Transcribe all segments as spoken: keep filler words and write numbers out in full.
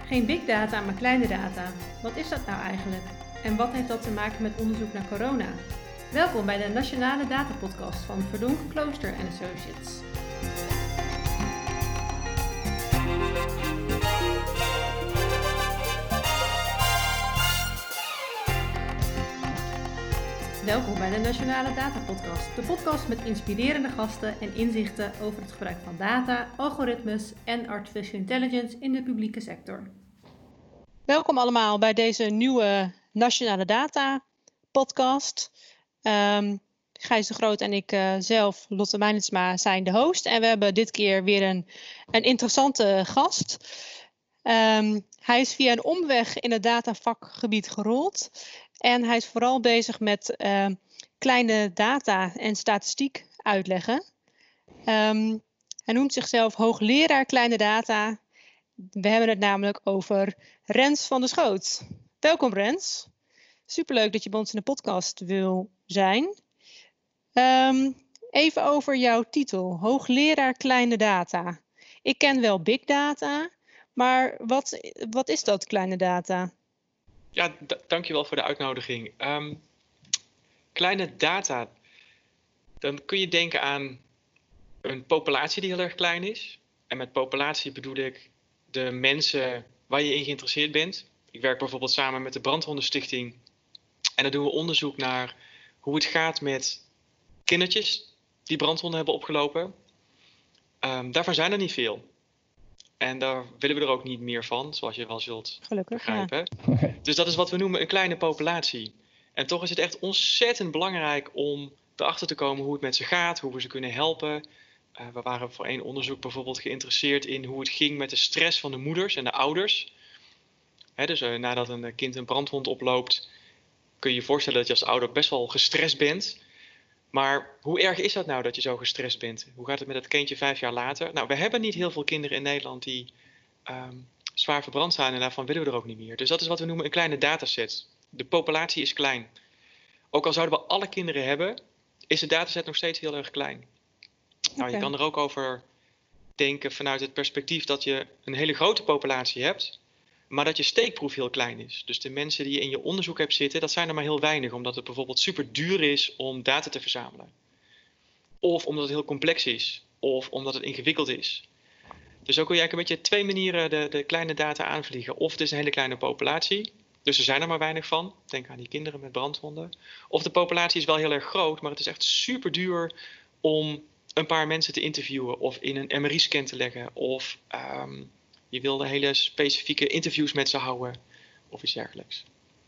Geen big data, maar kleine data. Wat is dat nou eigenlijk? En wat heeft dat te maken met onderzoek naar corona? Welkom bij de Nationale Data Podcast van Verdonk, Klooster en Associates. Welkom bij de Nationale Data Podcast, de podcast met inspirerende gasten en inzichten over het gebruik van data, algoritmes en artificial intelligence in de publieke sector. Welkom allemaal bij deze nieuwe Nationale Data Podcast. Um, Gijs de Groot en ik uh, zelf, Lotte Meinensma, zijn de host. En we hebben dit keer weer een, een interessante gast. Um, hij is via een omweg in het datavakgebied gerold. En hij is vooral bezig met uh, kleine data en statistiek uitleggen. Um, hij noemt zichzelf hoogleraar kleine data. We hebben het namelijk over Rens van der Schoot. Welkom Rens. Superleuk dat je bij ons in de podcast wil zijn. Um, even over jouw titel, hoogleraar kleine data. Ik ken wel big data, maar wat, wat is dat kleine data? Ja, d- dankjewel voor de uitnodiging. Um, kleine data, dan kun je denken aan een populatie die heel erg klein is. En met populatie bedoel ik de mensen waar je in geïnteresseerd bent. Ik werk bijvoorbeeld samen met de Brandhondenstichting. En dan doen we onderzoek naar hoe het gaat met kindertjes die brandwonden hebben opgelopen. Um, daarvan zijn er niet veel. En daar willen we er ook niet meer van, zoals je wel zult Gelukkig, begrijpen. Ja. Dus dat is wat we noemen een kleine populatie. En toch is het echt ontzettend belangrijk om erachter te komen hoe het met ze gaat, hoe we ze kunnen helpen. Uh, we waren voor één onderzoek bijvoorbeeld geïnteresseerd in hoe het ging met de stress van de moeders en de ouders. He, dus uh, nadat een kind een brandwond oploopt, kun je je voorstellen dat je als ouder best wel gestrest bent. Maar hoe erg is dat nou dat je zo gestrest bent? Hoe gaat het met dat kindje vijf jaar later? Nou, we hebben niet heel veel kinderen in Nederland die um, zwaar verbrand zijn en daarvan willen we er ook niet meer. Dus dat is wat we noemen een kleine dataset. De populatie is klein. Ook al zouden we alle kinderen hebben, is de dataset nog steeds heel erg klein. Okay. Nou, je kan er ook over denken vanuit het perspectief dat je een hele grote populatie hebt, maar dat je steekproef heel klein is. Dus de mensen die je in je onderzoek hebt zitten, dat zijn er maar heel weinig, omdat het bijvoorbeeld super duur is om data te verzamelen. Of omdat het heel complex is, of omdat het ingewikkeld is. Dus zo kun je eigenlijk een beetje twee manieren de, de kleine data aanvliegen. Of het is een hele kleine populatie, dus er zijn er maar weinig van. Denk aan die kinderen met brandwonden. Of de populatie is wel heel erg groot, maar het is echt super duur om een paar mensen te interviewen of in een M R I-scan te leggen. Of um, je wil hele specifieke interviews met ze houden of iets dergelijks.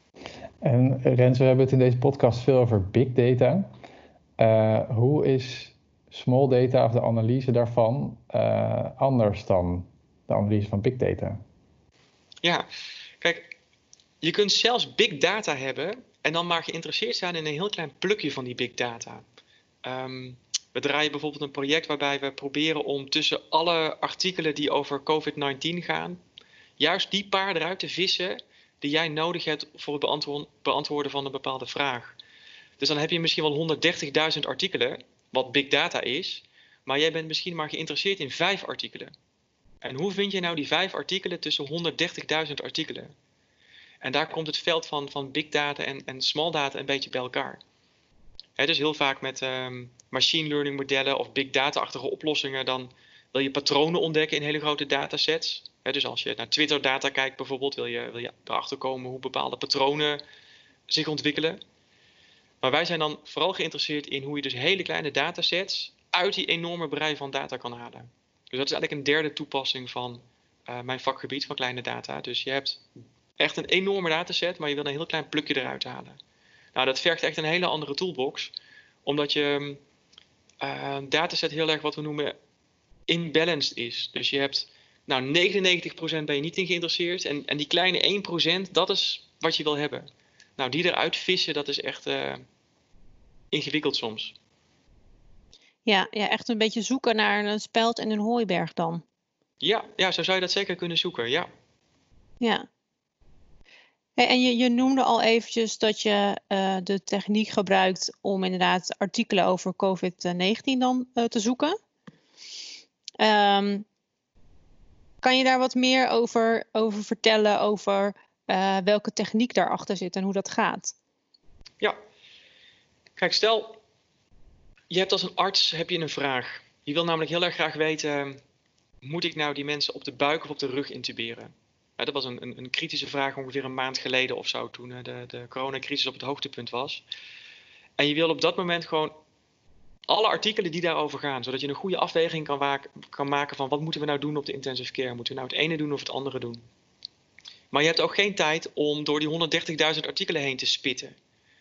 En Rens, we hebben het in deze podcast veel over big data. Uh, hoe is small data of de analyse daarvan uh, anders dan de analyse van big data? Ja, kijk, je kunt zelfs big data hebben en dan maar geïnteresseerd zijn in een heel klein plukje van die big data. Um, we draaien bijvoorbeeld een project waarbij we proberen om tussen alle artikelen die over covid negentien gaan, juist die paar eruit te vissen die jij nodig hebt voor het beantwo- beantwoorden van een bepaalde vraag. Dus dan heb je misschien wel honderddertigduizend artikelen, wat big data is, maar jij bent misschien maar geïnteresseerd in vijf artikelen. En hoe vind je nou die vijf artikelen tussen honderddertigduizend artikelen? En daar komt het veld van, van big data en, en small data een beetje bij elkaar. He, dus heel vaak met um, machine learning modellen of big data-achtige oplossingen, dan wil je patronen ontdekken in hele grote datasets. He, dus als je naar Twitter data kijkt bijvoorbeeld, wil je, wil je erachter komen hoe bepaalde patronen zich ontwikkelen. Maar wij zijn dan vooral geïnteresseerd in hoe je dus hele kleine datasets uit die enorme brei van data kan halen. Dus dat is eigenlijk een derde toepassing van uh, mijn vakgebied van kleine data. Dus je hebt echt een enorme dataset, maar je wil een heel klein plukje eruit halen. Nou, dat vergt echt een hele andere toolbox, omdat je uh, een dataset heel erg wat we noemen imbalanced is. Dus je hebt, nou, negenennegentig procent ben je niet in geïnteresseerd en, en die kleine één procent, dat is wat je wil hebben. Nou, die eruit vissen, dat is echt uh, ingewikkeld soms. Ja, ja, echt een beetje zoeken naar een speld en een hooiberg dan. Ja, ja, zo zou je dat zeker kunnen zoeken, ja. Ja. En je, je noemde al eventjes dat je uh, de techniek gebruikt om inderdaad artikelen over covid negentien dan uh, te zoeken. Um, Kan je daar wat meer over, over vertellen, over uh, welke techniek daarachter zit en hoe dat gaat? Ja, kijk, stel, je hebt als een arts heb je een vraag. Je wil namelijk heel erg graag weten, moet ik nou die mensen op de buik of op de rug intuberen? Ja, dat was een, een, een kritische vraag ongeveer een maand geleden of zo, toen uh, de, de coronacrisis op het hoogtepunt was. En je wil op dat moment gewoon alle artikelen die daarover gaan, zodat je een goede afweging kan, waak, kan maken van wat moeten we nou doen op de intensive care? Moeten we nou het ene doen of het andere doen? Maar je hebt ook geen tijd om door die honderddertigduizend artikelen heen te spitten.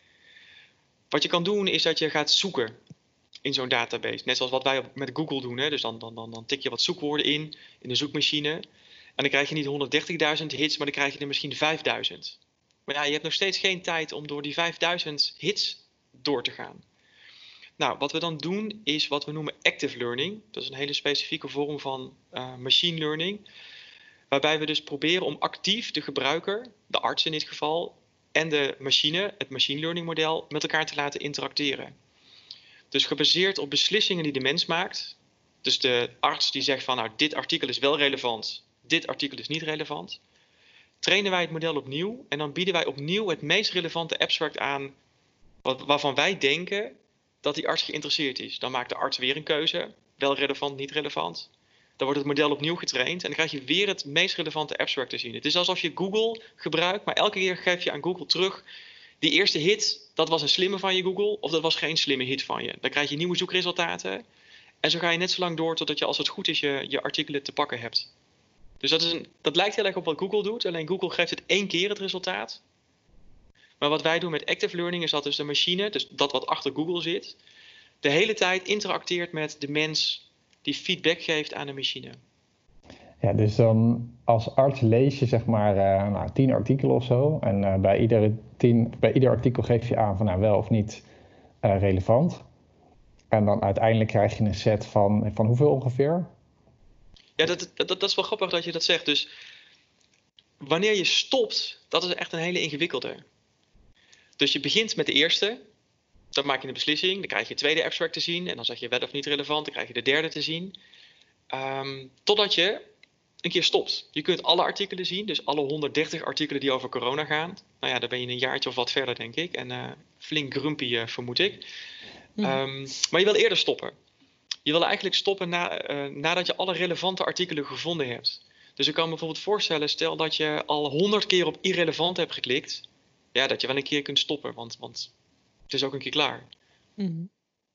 Wat je kan doen is dat je gaat zoeken in zo'n database. Net zoals wat wij met Google doen. Hè? Dus dan, dan, dan, dan tik je wat zoekwoorden in, in de zoekmachine. En dan krijg je niet honderddertigduizend hits, maar dan krijg je er misschien vijfduizend. Maar ja, je hebt nog steeds geen tijd om door die vijfduizend hits door te gaan. Nou, wat we dan doen is wat we noemen active learning. Dat is een hele specifieke vorm van uh, machine learning. Waarbij we dus proberen om actief de gebruiker, de arts in dit geval, en de machine, het machine learning model, met elkaar te laten interacteren. Dus gebaseerd op beslissingen die de mens maakt. Dus de arts die zegt van nou dit artikel is wel relevant, dit artikel is niet relevant. Trainen wij het model opnieuw en dan bieden wij opnieuw het meest relevante abstract aan wat, waarvan wij denken dat die arts geïnteresseerd is. Dan maakt de arts weer een keuze, wel relevant, niet relevant. Dan wordt het model opnieuw getraind en dan krijg je weer het meest relevante abstract te zien. Het is alsof je Google gebruikt, maar elke keer geef je aan Google terug die eerste hit, dat was een slimme van je Google of dat was geen slimme hit van je. Dan krijg je nieuwe zoekresultaten en zo ga je net zo lang door totdat je als het goed is je, je artikelen te pakken hebt. Dus dat, is een, dat lijkt heel erg op wat Google doet, alleen Google geeft het één keer het resultaat. Maar wat wij doen met active learning is dat dus de machine, dus dat wat achter Google zit, de hele tijd interacteert met de mens die feedback geeft aan de machine. Ja, dus dan als arts lees je zeg maar uh, nou, tien artikelen of zo. En uh, bij, iedere tien, bij ieder artikel geef je aan van nou wel of niet uh, relevant. En dan uiteindelijk krijg je een set van, van hoeveel ongeveer? Ja, dat, dat, dat is wel grappig dat je dat zegt. Dus wanneer je stopt, dat is echt een hele ingewikkelde. Dus je begint met de eerste, dan maak je een beslissing, dan krijg je de tweede abstract te zien en dan zeg je wel of niet relevant, dan krijg je de derde te zien. Um, totdat je een keer stopt. Je kunt alle artikelen zien, dus alle honderddertig artikelen die over corona gaan. Nou ja, dan ben je een jaartje of wat verder, denk ik. En uh, flink grumpy, uh, vermoed ik. Um, maar je wil eerder stoppen. Je wil eigenlijk stoppen na, uh, nadat je alle relevante artikelen gevonden hebt. Dus ik kan me bijvoorbeeld voorstellen, stel dat je al honderd keer op irrelevant hebt geklikt. Ja, dat je wel een keer kunt stoppen, want, want het is ook een keer klaar. Mm-hmm.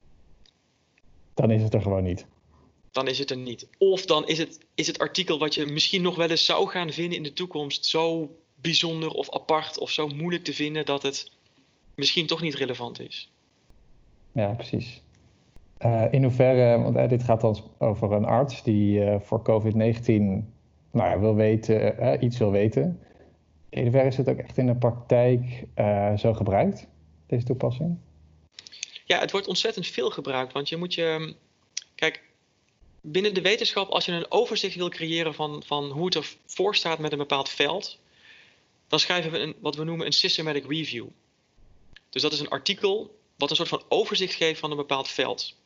Dan is het er gewoon niet. Dan is het er niet. Of dan is het, is het artikel wat je misschien nog wel eens zou gaan vinden in de toekomst zo bijzonder of apart of zo moeilijk te vinden dat het misschien toch niet relevant is. Ja, precies. Uh, in hoeverre, want uh, dit gaat dan over een arts die uh, voor covid negentien nou ja, wil weten, uh, iets wil weten. In hoeverre is het ook echt in de praktijk uh, zo gebruikt, deze toepassing? Ja, het wordt ontzettend veel gebruikt, want je moet je... Kijk, binnen de wetenschap, als je een overzicht wil creëren van, van hoe het ervoor staat met een bepaald veld, dan schrijven we een, wat we noemen een systematic review. Dus dat is een artikel wat een soort van overzicht geeft van een bepaald veld.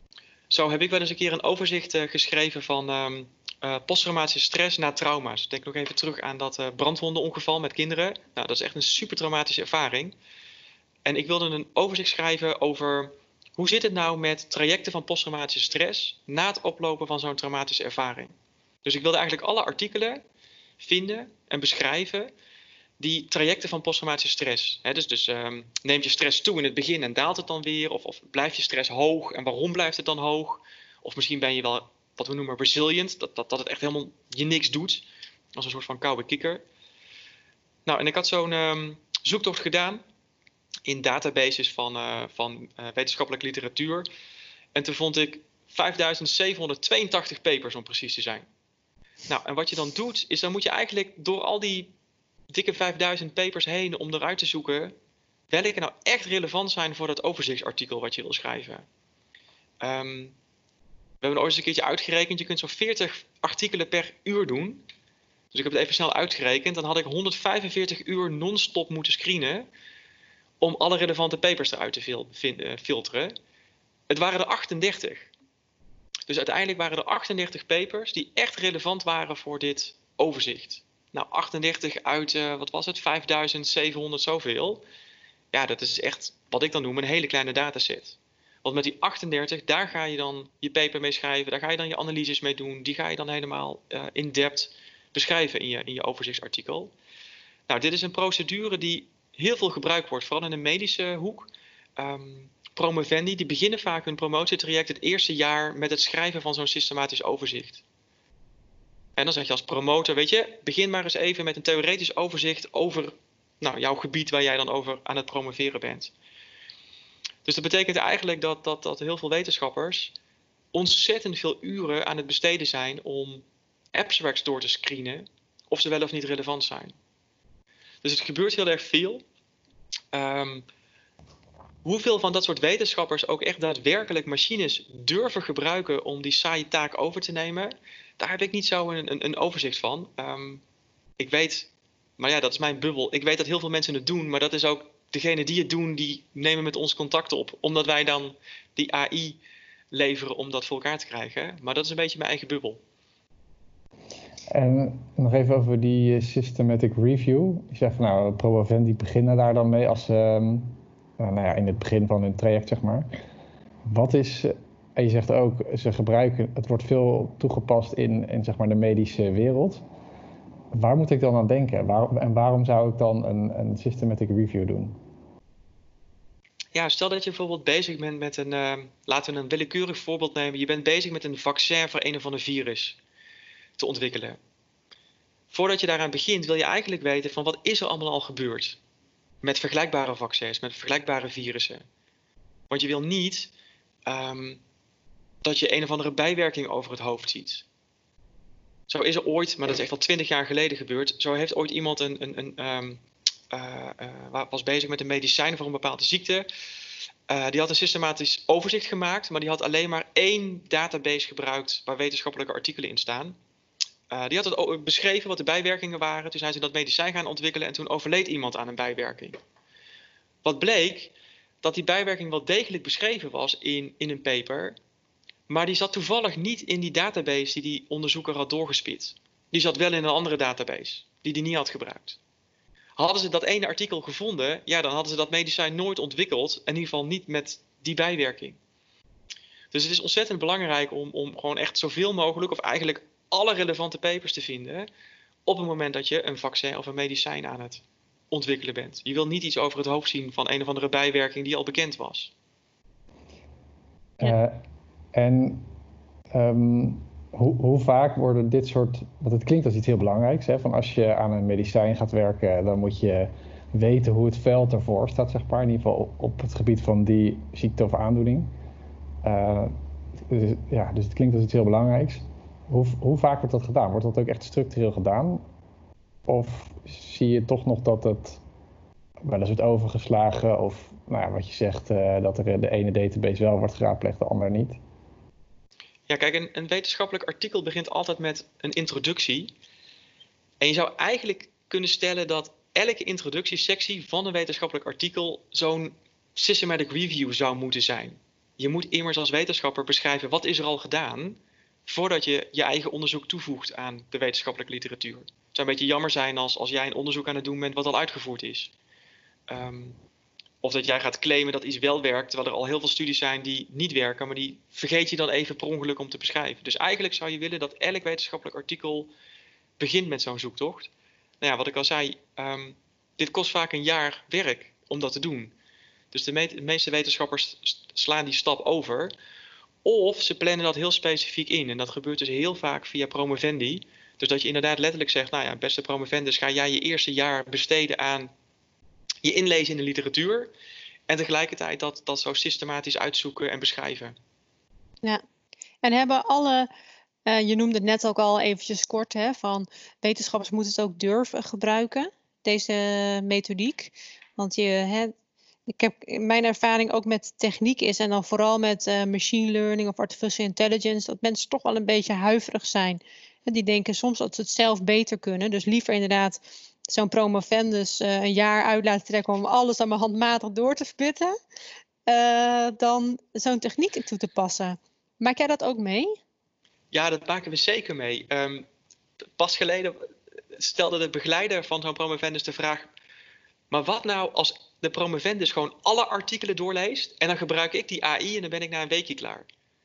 Zo heb ik wel eens een keer een overzicht uh, geschreven van um, uh, posttraumatische stress na trauma's. Denk nog even terug aan dat uh, brandwondenongeval met kinderen. Nou, dat is echt een super traumatische ervaring. En ik wilde een overzicht schrijven over hoe zit het nou met trajecten van posttraumatische stress na het oplopen van zo'n traumatische ervaring. Dus ik wilde eigenlijk alle artikelen vinden en beschrijven die trajecten van posttraumatische stress. He, dus dus um, neemt je stress toe in het begin en daalt het dan weer? Of, of blijft je stress hoog en waarom blijft het dan hoog? Of misschien ben je wel wat we noemen resilient, dat, dat, dat het echt helemaal je niks doet. Als een soort van koude kikker. Nou, en ik had zo'n um, zoektocht gedaan in databases van, uh, van uh, wetenschappelijke literatuur. En toen vond ik vijfduizend zevenhonderdtweeëntachtig papers om precies te zijn. Nou, en wat je dan doet, is dan moet je eigenlijk door al die dikke vijfduizend papers heen om eruit te zoeken welke nou echt relevant zijn voor dat overzichtsartikel wat je wil schrijven. Um, we hebben ooit eens een keertje uitgerekend, je kunt zo'n veertig artikelen per uur doen. Dus ik heb het even snel uitgerekend, dan had ik honderdvijfenveertig uur non-stop moeten screenen om alle relevante papers eruit te fil- vinden, filteren. Het waren er achtendertig. Dus uiteindelijk waren er achtendertig papers die echt relevant waren voor dit overzicht. Nou, achtendertig uit, uh, wat was het, vijfduizend zevenhonderd zoveel. Ja, dat is echt wat ik dan noem een hele kleine dataset. Want met die achtendertig, daar ga je dan je paper mee schrijven, daar ga je dan je analyses mee doen, die ga je dan helemaal uh, in depth beschrijven in je, in je overzichtsartikel. Nou, dit is een procedure die heel veel gebruikt wordt, vooral in de medische hoek. Um, promovendi, die beginnen vaak hun promotietraject het eerste jaar met het schrijven van zo'n systematisch overzicht. En dan zeg je als promotor, weet je, begin maar eens even met een theoretisch overzicht over nou, jouw gebied waar jij dan over aan het promoveren bent. Dus dat betekent eigenlijk dat, dat, dat heel veel wetenschappers ontzettend veel uren aan het besteden zijn om abstracts door te screenen of ze wel of niet relevant zijn. Dus het gebeurt heel erg veel. Um, hoeveel van dat soort wetenschappers ook echt daadwerkelijk machines durven gebruiken om die saaie taak over te nemen, daar heb ik niet zo een, een, een overzicht van. Um, ik weet, maar ja, dat is mijn bubbel. Ik weet dat heel veel mensen het doen, maar dat is ook degene die het doen, die nemen met ons contact op. Omdat wij dan die A I leveren om dat voor elkaar te krijgen. Maar dat is een beetje mijn eigen bubbel. En nog even over die systematic review. Je zegt van nou, promovendi beginnen daar dan mee als ze um, nou ja, in het begin van hun traject, zeg maar. Wat is, en je zegt ook, ze gebruiken, het wordt veel toegepast in, in zeg maar de medische wereld. Waar moet ik dan aan denken? Waar, en waarom zou ik dan een, een systematic review doen? Ja, stel dat je bijvoorbeeld bezig bent met een, uh, laten we een willekeurig voorbeeld nemen. Je bent bezig met een vaccin voor een of ander virus te ontwikkelen. Voordat je daaraan begint wil je eigenlijk weten van wat is er allemaal al gebeurd met vergelijkbare vaccins, met vergelijkbare virussen. Want je wil niet um, dat je een of andere bijwerking over het hoofd ziet. Zo is er ooit, maar dat is echt al twintig jaar geleden gebeurd, zo heeft ooit iemand een, een, een um, uh, uh, was bezig met een medicijn voor een bepaalde ziekte. Uh, die had een systematisch overzicht gemaakt, maar die had alleen maar één database gebruikt waar wetenschappelijke artikelen in staan. Uh, die had het beschreven wat de bijwerkingen waren. Toen zijn ze dat medicijn gaan ontwikkelen en toen overleed iemand aan een bijwerking. Wat bleek? Dat die bijwerking wel degelijk beschreven was in, in een paper, maar die zat toevallig niet in die database die die onderzoeker had doorgespit. Die zat wel in een andere database, die die niet had gebruikt. Hadden ze dat ene artikel gevonden, ja, dan hadden ze dat medicijn nooit ontwikkeld, in ieder geval niet met die bijwerking. Dus het is ontzettend belangrijk om, om gewoon echt zoveel mogelijk, of eigenlijk alle relevante papers te vinden op het moment dat je een vaccin of een medicijn aan het ontwikkelen bent. Je wil niet iets over het hoofd zien van een of andere bijwerking die al bekend was. Uh, en um, hoe, hoe vaak worden dit soort, want het klinkt als iets heel belangrijks, hè, van als je aan een medicijn gaat werken, dan moet je weten hoe het veld ervoor staat, zeg maar, in ieder geval op het gebied van die ziekte of aandoening. Uh, dus, ja, dus het klinkt als iets heel belangrijks. Hoe, hoe vaak wordt dat gedaan? Wordt dat ook echt structureel gedaan? Of zie je toch nog dat het wel eens wordt overgeslagen? Of nou ja, wat je zegt, uh, dat er de ene database wel wordt geraadpleegd, de ander niet? Ja, kijk, een, een wetenschappelijk artikel begint altijd met een introductie. En je zou eigenlijk kunnen stellen dat elke introductiesectie van een wetenschappelijk artikel zo'n systematic review zou moeten zijn. Je moet immers als wetenschapper beschrijven wat is er al gedaan voordat je je eigen onderzoek toevoegt aan de wetenschappelijke literatuur. Het zou een beetje jammer zijn als, als jij een onderzoek aan het doen bent wat al uitgevoerd is. Um, of dat jij gaat claimen dat iets wel werkt, terwijl er al heel veel studies zijn die niet werken, maar die vergeet je dan even per ongeluk om te beschrijven. Dus eigenlijk zou je willen dat elk wetenschappelijk artikel begint met zo'n zoektocht. Nou ja, wat ik al zei, um, dit kost vaak een jaar werk om dat te doen. Dus de, me- de meeste wetenschappers slaan die stap over. Of ze plannen dat heel specifiek in. En dat gebeurt dus heel vaak via promovendi. Dus dat je inderdaad letterlijk zegt, nou ja, beste promovendus, ga jij je eerste jaar besteden aan je inlezen in de literatuur. En tegelijkertijd dat, dat zo systematisch uitzoeken en beschrijven. Ja, en hebben alle, uh, je noemde het net ook al eventjes kort, hè, van wetenschappers moeten het ook durven gebruiken, deze methodiek. Want je, hè, ik heb mijn ervaring ook met techniek is, en dan vooral met uh, machine learning of artificial intelligence, dat mensen toch wel een beetje huiverig zijn. En die denken soms dat ze het zelf beter kunnen. Dus liever inderdaad zo'n promovendus uh, een jaar uit laten trekken om alles allemaal handmatig door te spitten, uh, dan zo'n techniek toe te passen. Maak jij dat ook mee? Ja, dat maken we zeker mee. Um, pas geleden stelde de begeleider van zo'n promovendus de vraag, maar wat nou als de promovendus gewoon alle artikelen doorleest en dan gebruik ik die A I en dan ben ik na een weekje klaar.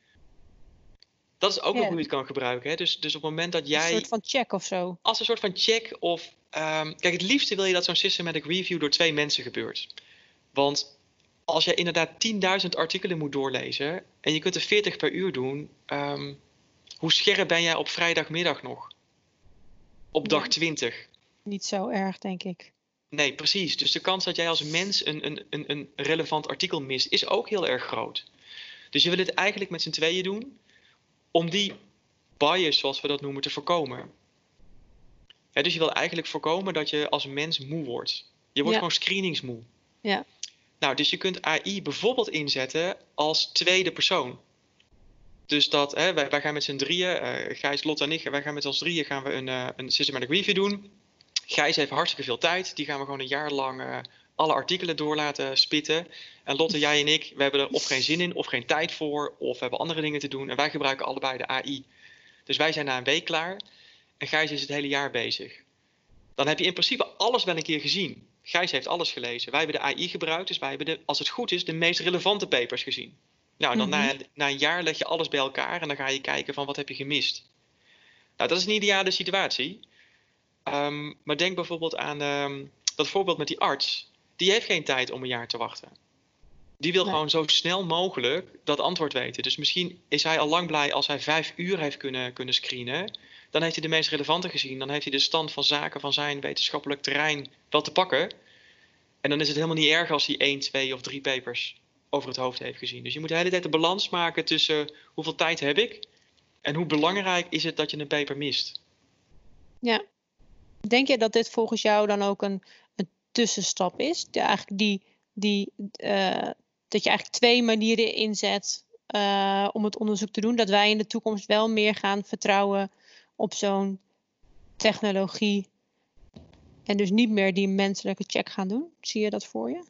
Dat is ook Ja. nog hoe je het kan gebruiken. Hè? Dus, dus op het moment dat jij... Een soort van check of zo. Als een soort van check of... Um, kijk, het liefste wil je dat zo'n systematic review door twee mensen gebeurt. Want als je inderdaad tienduizend artikelen moet doorlezen en je kunt er veertig per uur doen, um, hoe scherp ben jij op vrijdagmiddag nog? Op dag Ja. twintig? Niet zo erg, denk ik. Nee, precies. Dus de kans dat jij als mens een, een, een, een relevant artikel mist, is ook heel erg groot. Dus je wil het eigenlijk met z'n tweeën doen, om die bias, zoals we dat noemen, te voorkomen. Ja, dus je wil eigenlijk voorkomen dat je als mens moe wordt. Je wordt Ja. gewoon screeningsmoe. Ja. Nou, dus je kunt A I bijvoorbeeld inzetten als tweede persoon. Dus dat, hè, wij, wij gaan met z'n drieën, uh, Gijs, Lotte en ik, wij gaan met ons drieën gaan we een, uh, een systematic review doen. Gijs heeft hartstikke veel tijd. Die gaan we gewoon een jaar lang uh, alle artikelen door laten spitten. En Lotte, jij en ik, we hebben er of geen zin in, of geen tijd voor, of we hebben andere dingen te doen. En wij gebruiken allebei de A I. Dus wij zijn na een week klaar. En Gijs is het hele jaar bezig. Dan heb je in principe alles wel een keer gezien. Gijs heeft alles gelezen. Wij hebben de A I gebruikt, dus wij hebben, de, als het goed is, de meest relevante papers gezien. Nou, dan mm-hmm. na, na een jaar leg je alles bij elkaar en dan ga je kijken van wat heb je gemist. Nou, dat is een ideale situatie. Um, maar denk bijvoorbeeld aan um, dat voorbeeld met die arts. Die heeft geen tijd om een jaar te wachten. Die wil nee. gewoon zo snel mogelijk dat antwoord weten. Dus misschien is hij al lang blij als hij vijf uur heeft kunnen, kunnen screenen. Dan heeft hij de meest relevante gezien. Dan heeft hij de stand van zaken van zijn wetenschappelijk terrein wel te pakken. En dan is het helemaal niet erg als hij één, twee of drie papers over het hoofd heeft gezien. Dus je moet de hele tijd de balans maken tussen hoeveel tijd heb ik en hoe belangrijk is het dat je een paper mist. Ja. Denk je dat dit volgens jou dan ook een, een tussenstap is? De, eigenlijk die, die, uh, dat je eigenlijk twee manieren inzet uh, om het onderzoek te doen. Dat wij in de toekomst wel meer gaan vertrouwen op zo'n technologie. En dus niet meer die menselijke check gaan doen. Zie je dat voor je?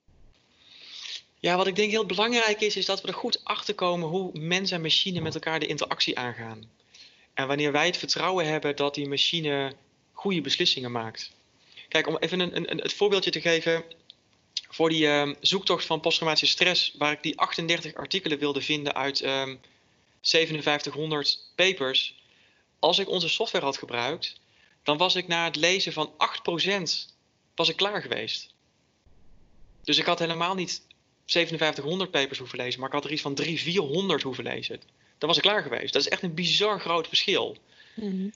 Ja, wat ik denk heel belangrijk is, is dat we er goed achter komen hoe mens en machine met elkaar de interactie aangaan. En wanneer wij het vertrouwen hebben dat die machine goede beslissingen maakt. Kijk, om even een, een, het voorbeeldje te geven. Voor die uh, zoektocht van posttraumatische stress, waar ik die achtendertig artikelen wilde vinden uit um, zevenenvijftighonderd papers. Als ik onze software had gebruikt, dan was ik na het lezen van acht procent was ik klaar geweest. Dus ik had helemaal niet zevenenvijftighonderd papers hoeven lezen, maar ik had er iets van driehonderd, vierhonderd hoeven lezen. Dan was ik klaar geweest. Dat is echt een bizar groot verschil. Mm-hmm.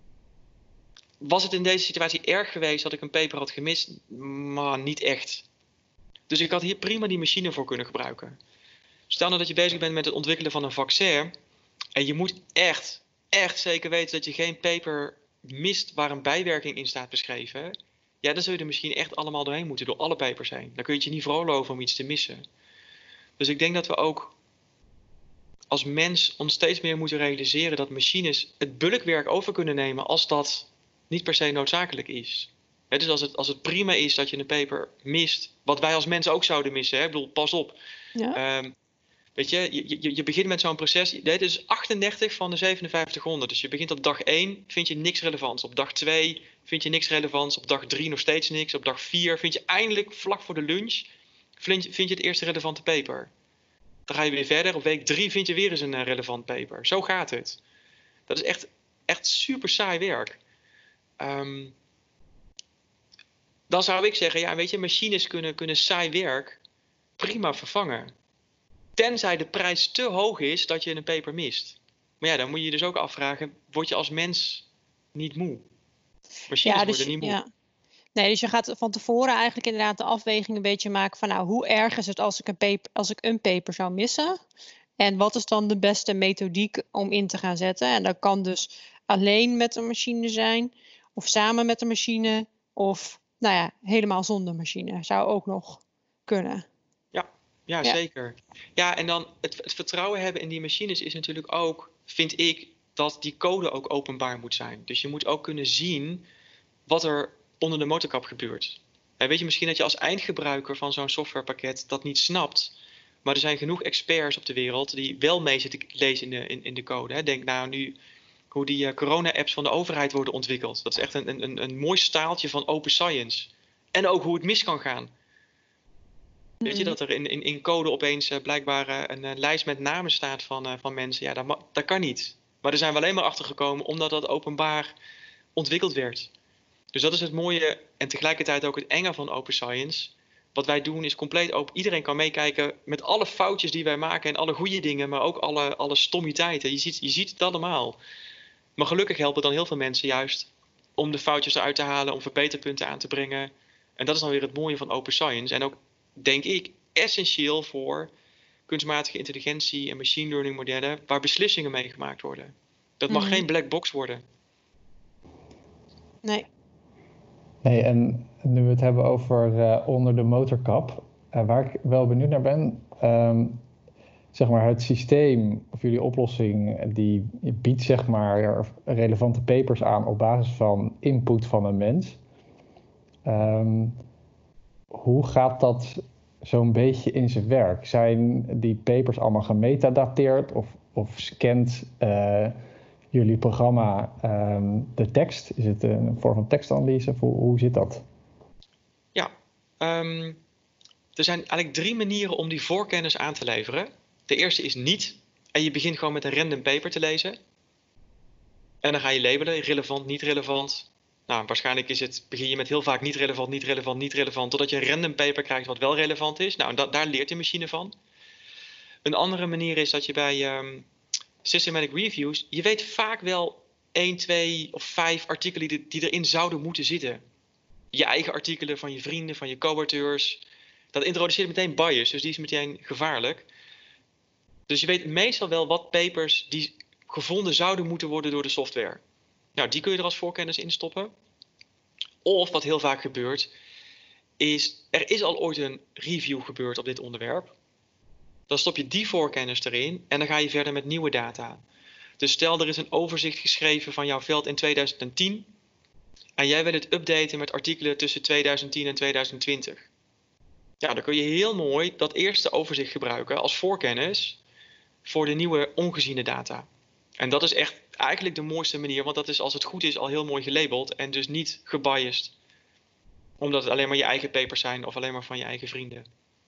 Was het in deze situatie erg geweest dat ik een paper had gemist? Maar niet echt. Dus ik had hier prima die machine voor kunnen gebruiken. Stel nou dat je bezig bent met het ontwikkelen van een vaccin. En je moet echt, echt zeker weten dat je geen paper mist waar een bijwerking in staat beschreven. Ja, dan zul je er misschien echt allemaal doorheen moeten, door alle papers heen. Dan kun je het je niet veroorloven om iets te missen. Dus ik denk dat we ook als mens ons steeds meer moeten realiseren dat machines het bulkwerk over kunnen nemen als dat niet per se noodzakelijk is. He, dus als het, als het prima is dat je een paper mist, wat wij als mensen ook zouden missen. Hè? Ik bedoel, pas op. Ja. Um, weet je, je, je, je begint met zo'n proces. Dit is achtendertig van de zevenenvijftighonderd. Dus je begint op dag één, vind je niks relevants. Op dag twee vind je niks relevants. Op dag drie nog steeds niks. Op dag vier vind je eindelijk vlak voor de lunch vind je, vind je het eerste relevante paper. Dan ga je weer verder. Op week drie vind je weer eens een uh, relevant paper. Zo gaat het. Dat is echt, echt super saai werk. Um, dan zou ik zeggen, ja, weet je, machines kunnen, kunnen saai werk prima vervangen. Tenzij de prijs te hoog is dat je een paper mist. Maar ja, dan moet je je dus ook afvragen, word je als mens niet moe? Machines ja, dus, worden niet moe. Ja. Nee, dus je gaat van tevoren eigenlijk inderdaad de afweging een beetje maken van, nou, hoe erg is het als ik een paper, als ik een paper zou missen? En wat is dan de beste methodiek om in te gaan zetten? En dat kan dus alleen met een machine zijn, of samen met een machine, of nou ja, helemaal zonder machine. Zou ook nog kunnen. Ja, ja, ja. Zeker. Ja, en dan het, het vertrouwen hebben in die machines is natuurlijk ook, vind ik, dat die code ook openbaar moet zijn. Dus je moet ook kunnen zien wat er onder de motorkap gebeurt. En weet je misschien dat je als eindgebruiker van zo'n softwarepakket dat niet snapt, Maar er zijn genoeg experts op de wereld die wel mee zitten lezen in de, in, in de code. Hè. Denk nou nu hoe die uh, corona-apps van de overheid worden ontwikkeld. Dat is echt een, een, een mooi staaltje van open science. En ook hoe het mis kan gaan. Mm-hmm. Weet je dat er in, in, in code opeens uh, blijkbaar uh, een uh, lijst met namen staat van, uh, van mensen? Ja, dat, ma- dat kan niet. Maar daar zijn we alleen maar achter gekomen omdat dat openbaar ontwikkeld werd. Dus dat is het mooie en tegelijkertijd ook het enge van open science. Wat wij doen is compleet open. Iedereen kan meekijken met alle foutjes die wij maken en alle goede dingen, maar ook alle, alle stommiteiten. Je ziet, je ziet het allemaal. Maar gelukkig helpen dan heel veel mensen juist om de foutjes eruit te halen, om verbeterpunten aan te brengen. En dat is dan weer het mooie van open science. En ook, denk ik, essentieel voor kunstmatige intelligentie en machine learning modellen waar beslissingen mee gemaakt worden. Dat mag Mm-hmm. geen black box worden. Nee. Nee, en nu we het hebben over uh, onder de motorkap, uh, waar ik wel benieuwd naar ben, um, zeg maar het systeem of jullie oplossing, die biedt zeg maar relevante papers aan op basis van input van een mens. Um, hoe gaat dat zo'n beetje in zijn werk? Zijn die papers allemaal gemetadateerd of, of scant uh, jullie programma um, de tekst? Is het een vorm van tekstanalyse? Hoe, hoe zit dat? Ja, um, er zijn eigenlijk drie manieren om die voorkennis aan te leveren. De eerste is niet. En je begint gewoon met een random paper te lezen. En dan ga je labelen, relevant, niet relevant. Nou, waarschijnlijk is het, begin je met heel vaak niet relevant, niet relevant, niet relevant, totdat je een random paper krijgt wat wel relevant is. Nou, da- daar leert de machine van. Een andere manier is dat je bij um, systematic reviews, je weet vaak wel één, twee of vijf artikelen die, die erin zouden moeten zitten. Je eigen artikelen van je vrienden, van je co-auteurs. Dat introduceert meteen bias, dus die is meteen gevaarlijk. Dus je weet meestal wel wat papers die gevonden zouden moeten worden door de software. Nou, die kun je er als voorkennis in stoppen. Of wat heel vaak gebeurt, is er is al ooit een review gebeurd op dit onderwerp. Dan stop je die voorkennis erin en dan ga je verder met nieuwe data. Dus stel er is een overzicht geschreven van jouw veld in tweeduizend tien en jij wil het updaten met artikelen tussen tweeduizend tien en tweeduizend twintig. Ja, dan kun je heel mooi dat eerste overzicht gebruiken als voorkennis voor de nieuwe ongeziene data. En dat is echt eigenlijk de mooiste manier, want dat is als het goed is al heel mooi gelabeld en dus niet gebiased. Omdat het alleen maar je eigen papers zijn of alleen maar van je eigen vrienden.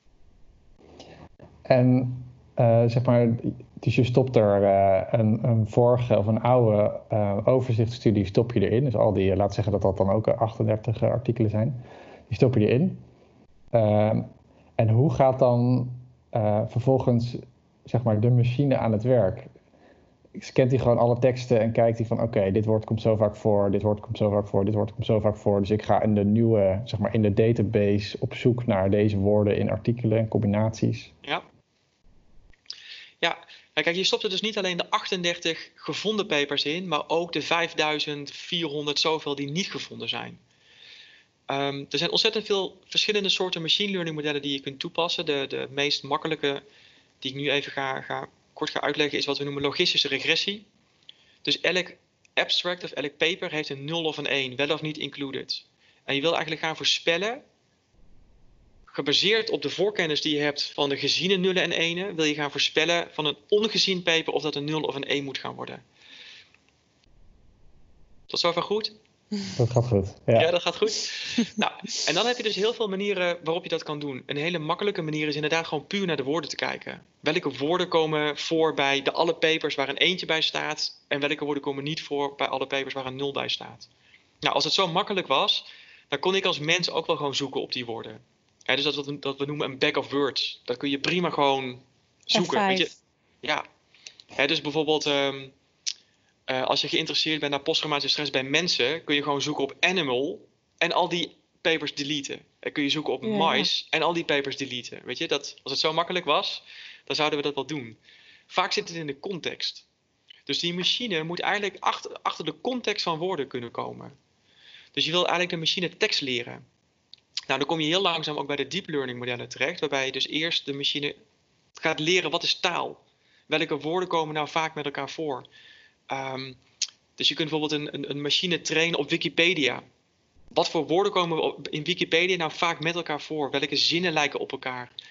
En uh, zeg maar, dus je stopt er uh, een, een vorige of een oude uh, overzichtsstudie stop je erin. Dus al die, laat zeggen dat dat dan ook achtendertig artikelen zijn. Die stop je erin. Uh, en hoe gaat dan uh, vervolgens zeg maar, de machine aan het werk? Scant hij gewoon alle teksten en kijkt hij van oké, okay, dit woord komt zo vaak voor, dit woord komt zo vaak voor, dit woord komt zo vaak voor. Dus ik ga in de nieuwe, zeg maar in de database op zoek naar deze woorden in artikelen en combinaties. Ja. Ja, kijk, je stopt er dus niet alleen de achtendertig gevonden papers in, maar ook de vijfduizend vierhonderd zoveel die niet gevonden zijn. Um, er zijn ontzettend veel verschillende soorten machine learning modellen die je kunt toepassen. De, de meest makkelijke die ik nu even ga, ga, kort ga uitleggen is wat we noemen logistische regressie. Dus elk abstract of elk paper heeft een nul of een één, wel of niet included. En je wil eigenlijk gaan voorspellen, gebaseerd op de voorkennis die je hebt van de geziene nullen en enen, wil je gaan voorspellen van een ongezien paper of dat een nul of een één moet gaan worden. Tot zover goed? Dat gaat goed. Ja, ja dat gaat goed. Nou, en dan heb je dus heel veel manieren waarop je dat kan doen. Een hele makkelijke manier is inderdaad gewoon puur naar de woorden te kijken. Welke woorden komen voor bij de alle papers waar een eentje bij staat en welke woorden komen niet voor bij alle papers waar een nul bij staat. Nou, als het zo makkelijk was, dan kon ik als mens ook wel gewoon zoeken op die woorden. He, dus dat wat we, dat we noemen een bag of words. Dat kun je prima gewoon zoeken. Weet je? Ja. He, dus bijvoorbeeld um, uh, als je geïnteresseerd bent naar posttraumatische stress bij mensen, kun je gewoon zoeken op animal en al die papers deleten. Dan kun je zoeken op Ja. mice en al die papers deleten. Weet je, dat, als het zo makkelijk was, dan zouden we dat wel doen. Vaak zit het in de context. Dus die machine moet eigenlijk achter, achter de context van woorden kunnen komen. Dus je wil eigenlijk de machine tekst leren. Nou, dan kom je heel langzaam ook bij de deep learning modellen terecht, waarbij je dus eerst de machine gaat leren wat is taal. Welke woorden komen nou vaak met elkaar voor? Um, dus je kunt bijvoorbeeld een, een, een machine trainen op Wikipedia. Wat voor woorden komen in Wikipedia nou vaak met elkaar voor? Welke zinnen lijken op elkaar?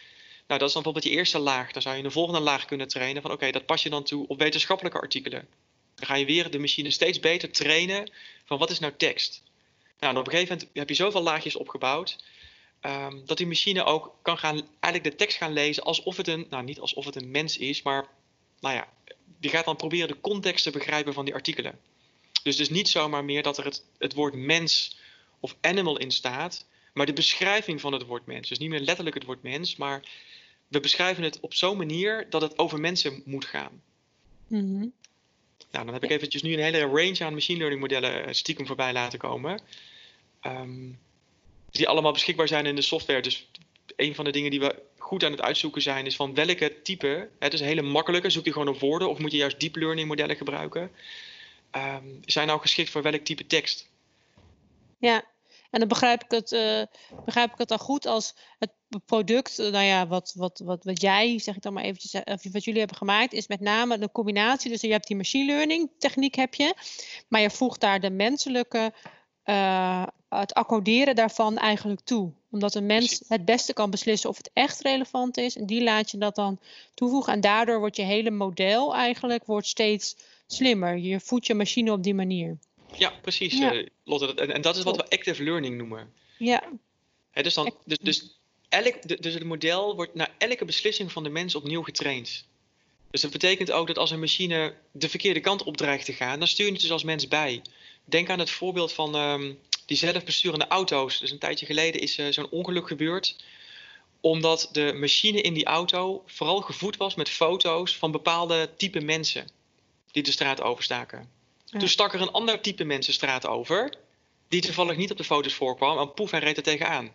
Nou, dat is dan bijvoorbeeld je eerste laag. Dan zou je een volgende laag kunnen trainen van oké, okay, dat pas je dan toe op wetenschappelijke artikelen. Dan ga je weer de machine steeds beter trainen van wat is nou tekst. Nou, en op een gegeven moment heb je zoveel laagjes opgebouwd, um, dat die machine ook kan gaan, eigenlijk de tekst gaan lezen alsof het een, nou niet alsof het een mens is, maar nou ja, die gaat dan proberen de context te begrijpen van die artikelen. Dus dus niet zomaar meer dat er het, het woord mens of animal in staat, maar de beschrijving van het woord mens. Dus niet meer letterlijk het woord mens, maar we beschrijven het op zo'n manier dat het over mensen moet gaan. Mm-hmm. Nou, dan heb ik eventjes nu een hele range aan machine learning modellen stiekem voorbij laten komen. Um, die allemaal beschikbaar zijn in de software. Dus een van de dingen die we goed aan het uitzoeken zijn is van welke type, het is een hele makkelijke, zoek je gewoon op woorden of moet je juist deep learning modellen gebruiken, um, zijn nou geschikt voor welk type tekst? Ja, en dan begrijp ik het, uh, begrijp ik het dan goed als het product, uh, nou ja, wat, wat, wat, wat jij, zeg ik dan maar eventjes, uh, wat jullie hebben gemaakt, is met name de combinatie. Dus je hebt die machine learning techniek heb je, maar je voegt daar de menselijke, uh, het accorderen daarvan eigenlijk toe. Omdat een mens Precies. het beste kan beslissen of het echt relevant is. En die laat je dat dan toevoegen. En daardoor wordt je hele model eigenlijk wordt steeds slimmer. Je voedt je machine op die manier. Ja, precies, Ja. uh, Lotte. En, en dat is wat we active learning noemen. Ja. He, dus, dan, dus, dus, elk, dus het model wordt naar elke beslissing van de mens opnieuw getraind. Dus dat betekent ook dat als een machine de verkeerde kant op dreigt te gaan, dan stuur je het dus als mens bij. Denk aan het voorbeeld van um, die zelfbesturende auto's. Dus een tijdje geleden is uh, zo'n ongeluk gebeurd, omdat de machine in die auto vooral gevoed was met foto's van bepaalde type mensen die de straat overstaken. Ja. Toen stak er een ander type mensen straat over, die toevallig niet op de foto's voorkwam, en poef, hij reed er tegenaan.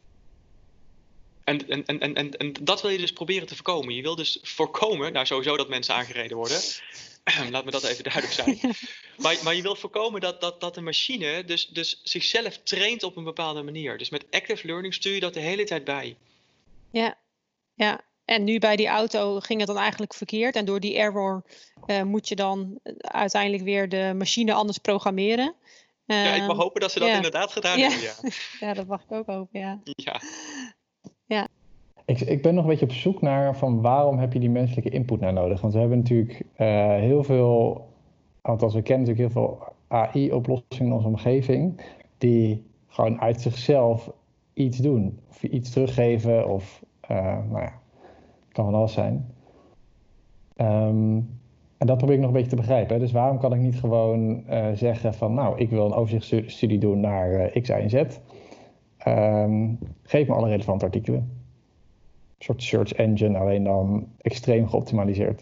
En, en, en, en, en dat wil je dus proberen te voorkomen. Je wil dus voorkomen, nou sowieso dat mensen aangereden worden. Laat me dat even duidelijk zijn. Ja. Maar, maar je wil voorkomen dat, dat, dat de machine dus, dus zichzelf traint op een bepaalde manier. Dus met active learning stuur je dat de hele tijd bij. Ja, ja. En nu bij die auto ging het dan eigenlijk verkeerd. En door die error uh, moet je dan uiteindelijk weer de machine anders programmeren. Uh, ja, ik mag hopen dat ze dat ja. inderdaad gedaan ja. hebben. Ja. ja, dat mag ik ook hopen, ja. Ja. ja. Ik, ik ben nog een beetje op zoek naar van waarom heb je die menselijke input nou nodig? Want we hebben natuurlijk uh, heel veel, althans we kennen natuurlijk heel veel A I-oplossingen in onze omgeving, die gewoon uit zichzelf iets doen. Of iets teruggeven of, uh, nou ja, kan van alles zijn. Um, en dat probeer ik nog een beetje te begrijpen. Hè? Dus waarom kan ik niet gewoon uh, zeggen van, nou, ik wil een overzichtsstudie doen naar uh, X, Y en Z. Um, geef me alle relevante artikelen. Een soort search engine, alleen dan extreem geoptimaliseerd.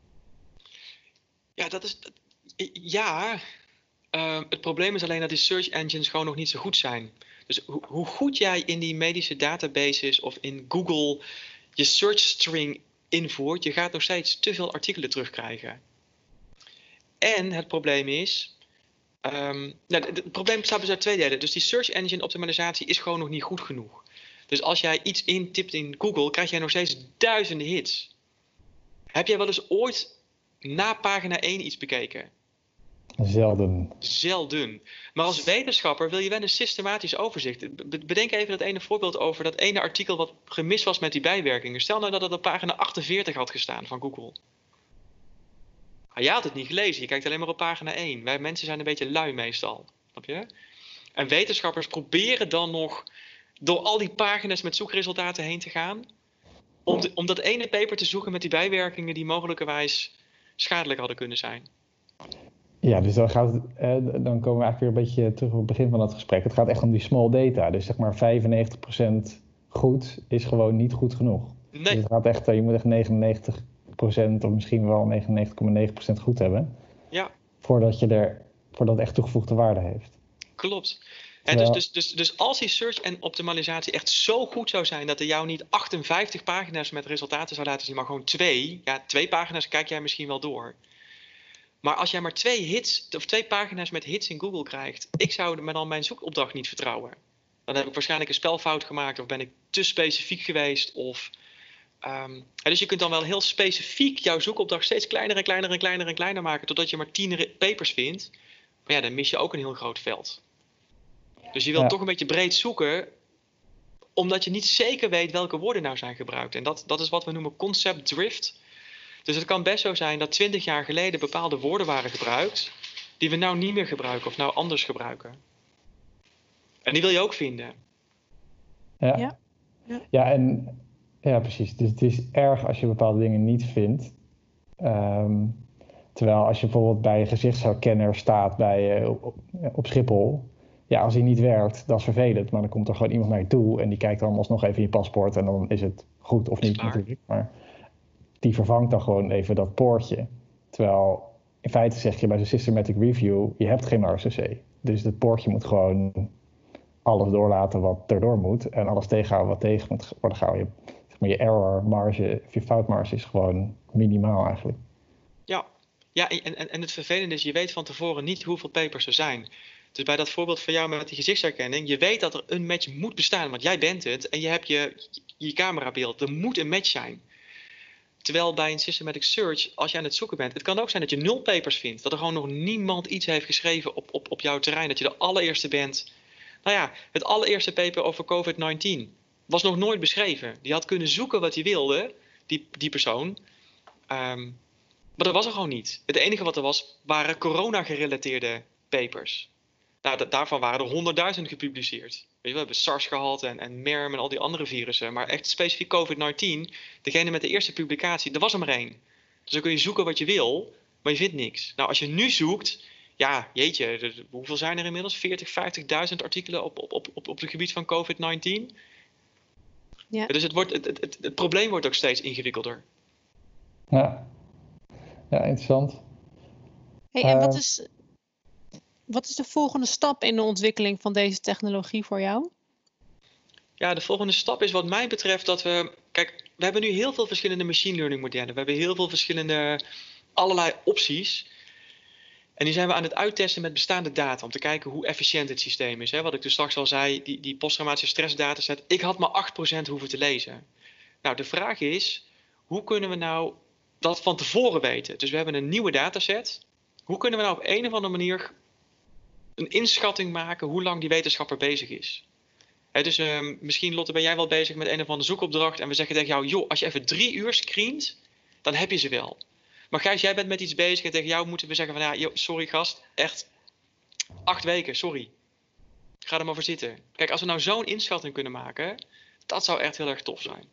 Ja, dat is... Ja, uh, het probleem is alleen dat die search engines gewoon nog niet zo goed zijn. Dus ho- hoe goed jij in die medische databases of in Google je search string invoert, je gaat nog steeds te veel artikelen terugkrijgen. En het probleem is... Um, nou, het probleem bestaat dus uit twee delen. Dus die search engine optimalisatie is gewoon nog niet goed genoeg. Dus als jij iets intipt in Google, krijg jij nog steeds duizenden hits. Heb jij wel eens ooit na pagina één iets bekeken? Zelden. Zelden. Maar als wetenschapper wil je wel een systematisch overzicht. Bedenk even dat ene voorbeeld over dat ene artikel wat gemist was met die bijwerkingen. Stel nou dat het op pagina achtenveertig had gestaan van Google. Maar jij had het niet gelezen, je kijkt alleen maar op pagina één. Wij mensen zijn een beetje lui meestal. Snap je? En wetenschappers proberen dan nog door al die pagina's met zoekresultaten heen te gaan, om, de, om dat ene paper te zoeken met die bijwerkingen die mogelijkerwijs schadelijk hadden kunnen zijn. Ja, dus dan, gaat het, eh, dan komen we eigenlijk weer een beetje terug op het begin van het gesprek. Het gaat echt om die small data. Dus zeg maar vijfennegentig procent goed is gewoon niet goed genoeg. Nee. Dus het gaat echt, je moet echt negenennegentig procent of misschien wel negenennegentig komma negen procent goed hebben. Ja. Voordat je er, voordat het echt toegevoegde waarde heeft. Klopt. Ja, dus, dus, dus, dus als die search en optimalisatie echt zo goed zou zijn dat er jou niet achtenvijftig pagina's met resultaten zou laten zien, maar gewoon twee. Ja, twee pagina's kijk jij misschien wel door. Maar als jij maar twee hits, of twee pagina's met hits in Google krijgt, ik zou me dan mijn zoekopdracht niet vertrouwen. Dan heb ik waarschijnlijk een spelfout gemaakt, of ben ik te specifiek geweest, of... Um, dus je kunt dan wel heel specifiek jouw zoekopdracht steeds kleiner en kleiner en kleiner en kleiner maken, totdat je maar tien papers vindt. Maar ja, dan mis je ook een heel groot veld. Dus je wilt ja. toch een beetje breed zoeken Omdat je niet zeker weet welke woorden nou zijn gebruikt. En dat, dat is wat we noemen concept drift. Dus het kan best zo zijn dat twintig jaar geleden bepaalde woorden waren gebruikt, die we nou niet meer gebruiken of nou anders gebruiken. En die wil je ook vinden. Ja, Ja. ja. ja en ja, precies. Dus het is erg als je bepaalde dingen niet vindt. Um, terwijl als je bijvoorbeeld bij een gezichtsherkenner staat bij, uh, op, op Schiphol, ja, als die niet werkt, dat is vervelend. Maar dan komt er gewoon iemand naar je toe en die kijkt dan alsnog even in je paspoort en dan is het goed of niet natuurlijk. Maar die vervangt dan gewoon even dat poortje. Terwijl in feite zeg je bij zo'n systematic review, je hebt geen R C C. Dus het poortje moet gewoon alles doorlaten wat erdoor moet en alles tegenhouden wat tegen moet worden gehouden. Je, zeg maar, je error marge, of je foutmarge is gewoon minimaal eigenlijk. Ja, ja en, en, en het vervelende is, je weet van tevoren niet hoeveel papers er zijn. Dus bij dat voorbeeld van jou met die gezichtsherkenning, je weet dat er een match moet bestaan, want jij bent het en je hebt je, je camerabeeld. Er moet een match zijn. Terwijl bij een systematic search, als je aan het zoeken bent, het kan ook zijn dat je nul papers vindt. Dat er gewoon nog niemand iets heeft geschreven op, op, op jouw terrein. Dat je de allereerste bent. Nou ja, het allereerste paper over covid negentien was nog nooit beschreven. Die had kunnen zoeken wat hij wilde, die, die persoon. Um, maar dat was er gewoon niet. Het enige wat er was, waren corona-gerelateerde papers. Nou, da- daarvan waren er honderdduizend gepubliceerd. Weet je, we hebben SARS gehad en, en MERM en al die andere virussen. Maar echt specifiek covid negentien, degene met de eerste publicatie, er was er maar één. Dus dan kun je zoeken wat je wil, maar je vindt niks. Nou, als je nu zoekt, ja, jeetje, er, hoeveel zijn er inmiddels? veertig, vijftigduizend artikelen op, op, op, op, op het gebied van covid negentien? Ja. Dus het, wordt, het, het, het, het probleem wordt ook steeds ingewikkelder. Ja, ja interessant. Hey, en wat Uh, is, wat is de volgende stap in de ontwikkeling van deze technologie voor jou? Ja, de volgende stap is wat mij betreft dat we... Kijk, we hebben nu heel veel verschillende machine learning modellen. We hebben heel veel verschillende, allerlei opties. En die zijn we aan het uittesten met bestaande data. Om te kijken hoe efficiënt het systeem is. Hè? Wat ik dus straks al zei, die, die posttraumatische stress dataset. Ik had maar acht procent hoeven te lezen. Nou, de vraag is, hoe kunnen we nou dat van tevoren weten? Dus we hebben een nieuwe dataset. Hoe kunnen we nou op een of andere manier een inschatting maken hoe lang die wetenschapper bezig is? He, dus uh, misschien, Lotte, ben jij wel bezig met een of andere zoekopdracht en we zeggen tegen jou, joh, als je even drie uur screent, dan heb je ze wel. Maar Gijs, jij bent met iets bezig en tegen jou moeten we zeggen van, ja, joh, sorry gast, echt acht weken, sorry. Ga er maar voor zitten. Kijk, als we nou zo'n inschatting kunnen maken, dat zou echt heel erg tof zijn.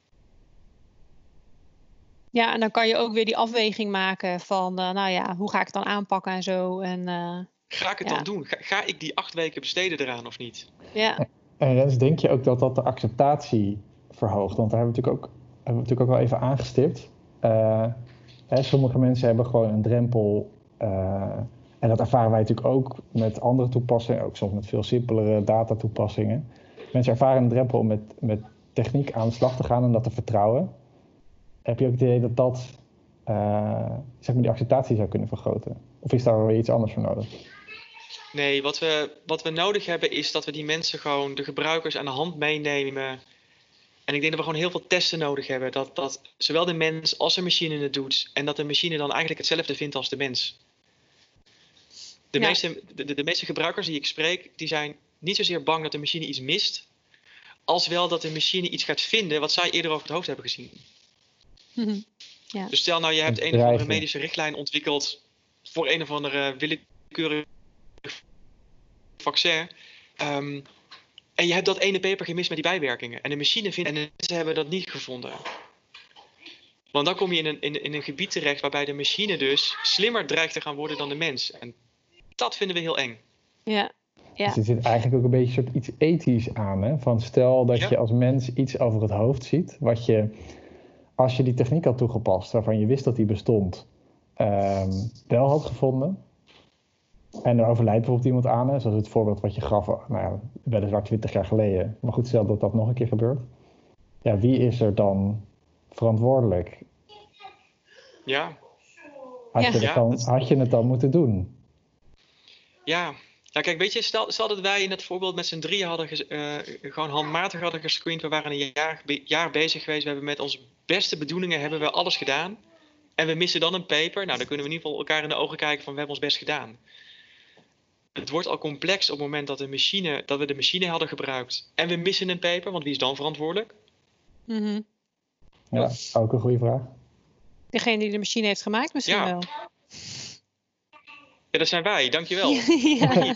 Ja, en dan kan je ook weer die afweging maken van, uh, nou ja, hoe ga ik het dan aanpakken en zo. En, uh, ga ik het ja. dan doen? Ga, ga ik die acht weken besteden eraan of niet? Ja. En Rens, denk je ook dat dat de acceptatie verhoogt? Want daar hebben we natuurlijk ook, hebben we natuurlijk ook al even aangestipt. Uh, hè, sommige mensen hebben gewoon een drempel. Uh, en dat ervaren wij natuurlijk ook met andere toepassingen. Ook soms met veel simpelere datatoepassingen. Mensen ervaren een drempel om met, met techniek aan de slag te gaan en dat te vertrouwen. Heb je ook het idee dat dat uh, zeg maar die acceptatie zou kunnen vergroten? Of is daar weer iets anders voor nodig? Nee, wat we, wat we nodig hebben is dat we die mensen gewoon, de gebruikers, aan de hand meenemen. En ik denk dat we gewoon heel veel testen nodig hebben. Dat, dat zowel de mens als de machine het doet. En dat de machine dan eigenlijk hetzelfde vindt als de mens. De, Ja. meeste, de, de meeste gebruikers die ik spreek, die zijn niet zozeer bang dat de machine iets mist. Als wel dat de machine iets gaat vinden wat zij eerder over het hoofd hebben gezien. Mm-hmm. Ja. Dus stel nou, je hebt een of andere medische richtlijn ontwikkeld voor een of andere willekeurige vaccin. Um, en je hebt dat ene paper gemist met die bijwerkingen. En de machine vindt, en de mensen hebben dat niet gevonden. Want dan kom je in een, in, in een gebied terecht waarbij de machine dus slimmer dreigt te gaan worden dan de mens. En dat vinden we heel eng. Ja. Ja. Dus er zit eigenlijk ook een beetje soort iets ethisch aan. Hè? Van stel dat Ja. je als mens iets over het hoofd ziet. Wat je, als je die techniek had toegepast, waarvan je wist dat die bestond, um, wel had gevonden. En er overlijdt bijvoorbeeld iemand aan, hè, zoals het voorbeeld wat je gaf, nou ja, weliswaar twintig jaar geleden. Maar goed, stel dat dat nog een keer gebeurt. Ja, wie is er dan verantwoordelijk? Ja. Had, Ja. je, het Ja, dan, dat- had je het dan moeten doen? Ja. Nou kijk, weet je, stel, stel dat wij in dat voorbeeld met z'n drieën hadden ges, uh, gewoon handmatig hadden gescreend. We waren een jaar, be, jaar bezig geweest. We hebben met onze beste bedoelingen hebben we alles gedaan. En we missen dan een paper. Nou, dan kunnen we in ieder geval elkaar in de ogen kijken van we hebben ons best gedaan. het wordt al complex op het moment dat, de machine, dat we de machine hadden gebruikt en we missen een paper, want wie is dan verantwoordelijk? Mm-hmm. Ja, ook een goede vraag. Degene die de machine heeft gemaakt misschien Ja. wel. Ja, dat zijn wij, dankjewel. Ja.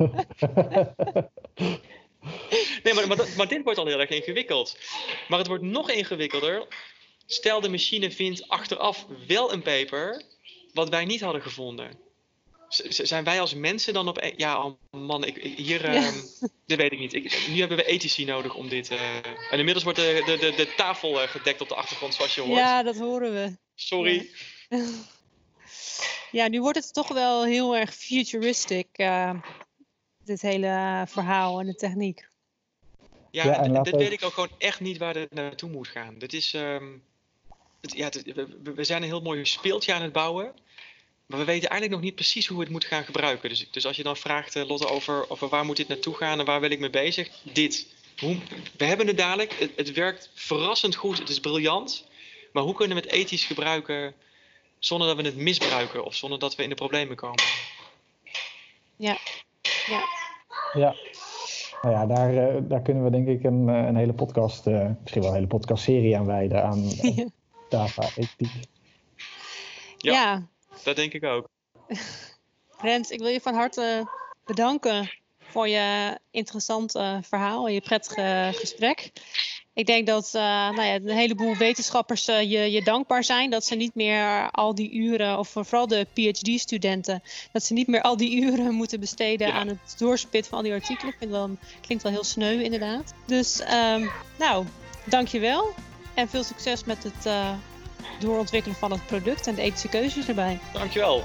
Nee, maar, maar, dat- maar dit wordt al heel erg ingewikkeld. Maar het wordt nog ingewikkelder. Stel de machine vindt achteraf wel een paper wat wij niet hadden gevonden. Z- z- zijn wij als mensen dan op... e- Ja, oh man, ik, ik- hier... Ja. ehm, dit weet ik niet. Ik, nu hebben we ethici nodig om dit... eh, En inmiddels wordt de, de, de, de tafel eh, gedekt op de achtergrond, zoals je hoort. Ja, dat horen we. Sorry. Ja. Ja, nu wordt het toch wel heel erg futuristic, uh, dit hele verhaal en de techniek. Ja, Ja, en en d- laten dit we- weet ik ook gewoon echt niet waar dit naartoe moet gaan. Dit is, ehm, het, ja, het- we, we- we zijn een heel mooi speeltje aan het bouwen. Maar we weten eigenlijk nog niet precies hoe we het moeten gaan gebruiken. Dus, dus als je dan vraagt, eh, Lotte, over, over waar moet dit naartoe gaan en waar wil ik mee bezig? Dit. Hoe, we hebben het dadelijk. Het, het werkt verrassend goed. Het is briljant. Maar hoe kunnen we het ethisch gebruiken zonder dat we het misbruiken of zonder dat we in de problemen komen? Ja, ja. Ja, nou ja, daar, eh, daar kunnen we denk ik een, eh, een hele podcast, eh, misschien wel een hele podcastserie aan wijden aan eh, Ja. data-ethiek. Ja. Ja, Dat denk ik ook. Rens, ik wil je van harte bedanken voor je interessante verhaal en je prettige gesprek. Ik denk dat uh, nou ja, een heleboel wetenschappers uh, je, je dankbaar zijn dat ze niet meer al die uren, of vooral de P H D-studenten, dat ze niet meer al die uren moeten besteden Ja. aan het doorspitten van al die artikelen. Ik vind wel, klinkt wel heel sneu inderdaad. Dus um, nou, dankjewel en veel succes met het uh, doorontwikkelen van het product en de ethische keuzes erbij. Dankjewel.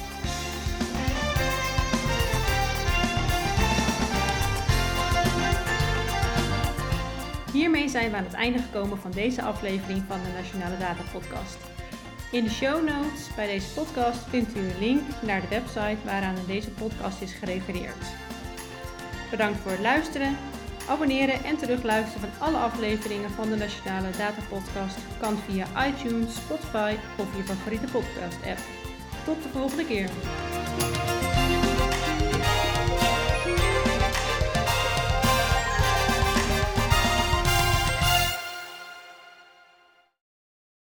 Hiermee zijn we aan het einde gekomen van deze aflevering van de Nationale Data Podcast. In de show notes bij deze podcast vindt u een link naar de website waaraan in deze podcast is gerefereerd. Bedankt voor het luisteren. Abonneren en terugluisteren van alle afleveringen van de Nationale Data Podcast kan via iTunes, Spotify of je favoriete podcast app. Tot de volgende keer.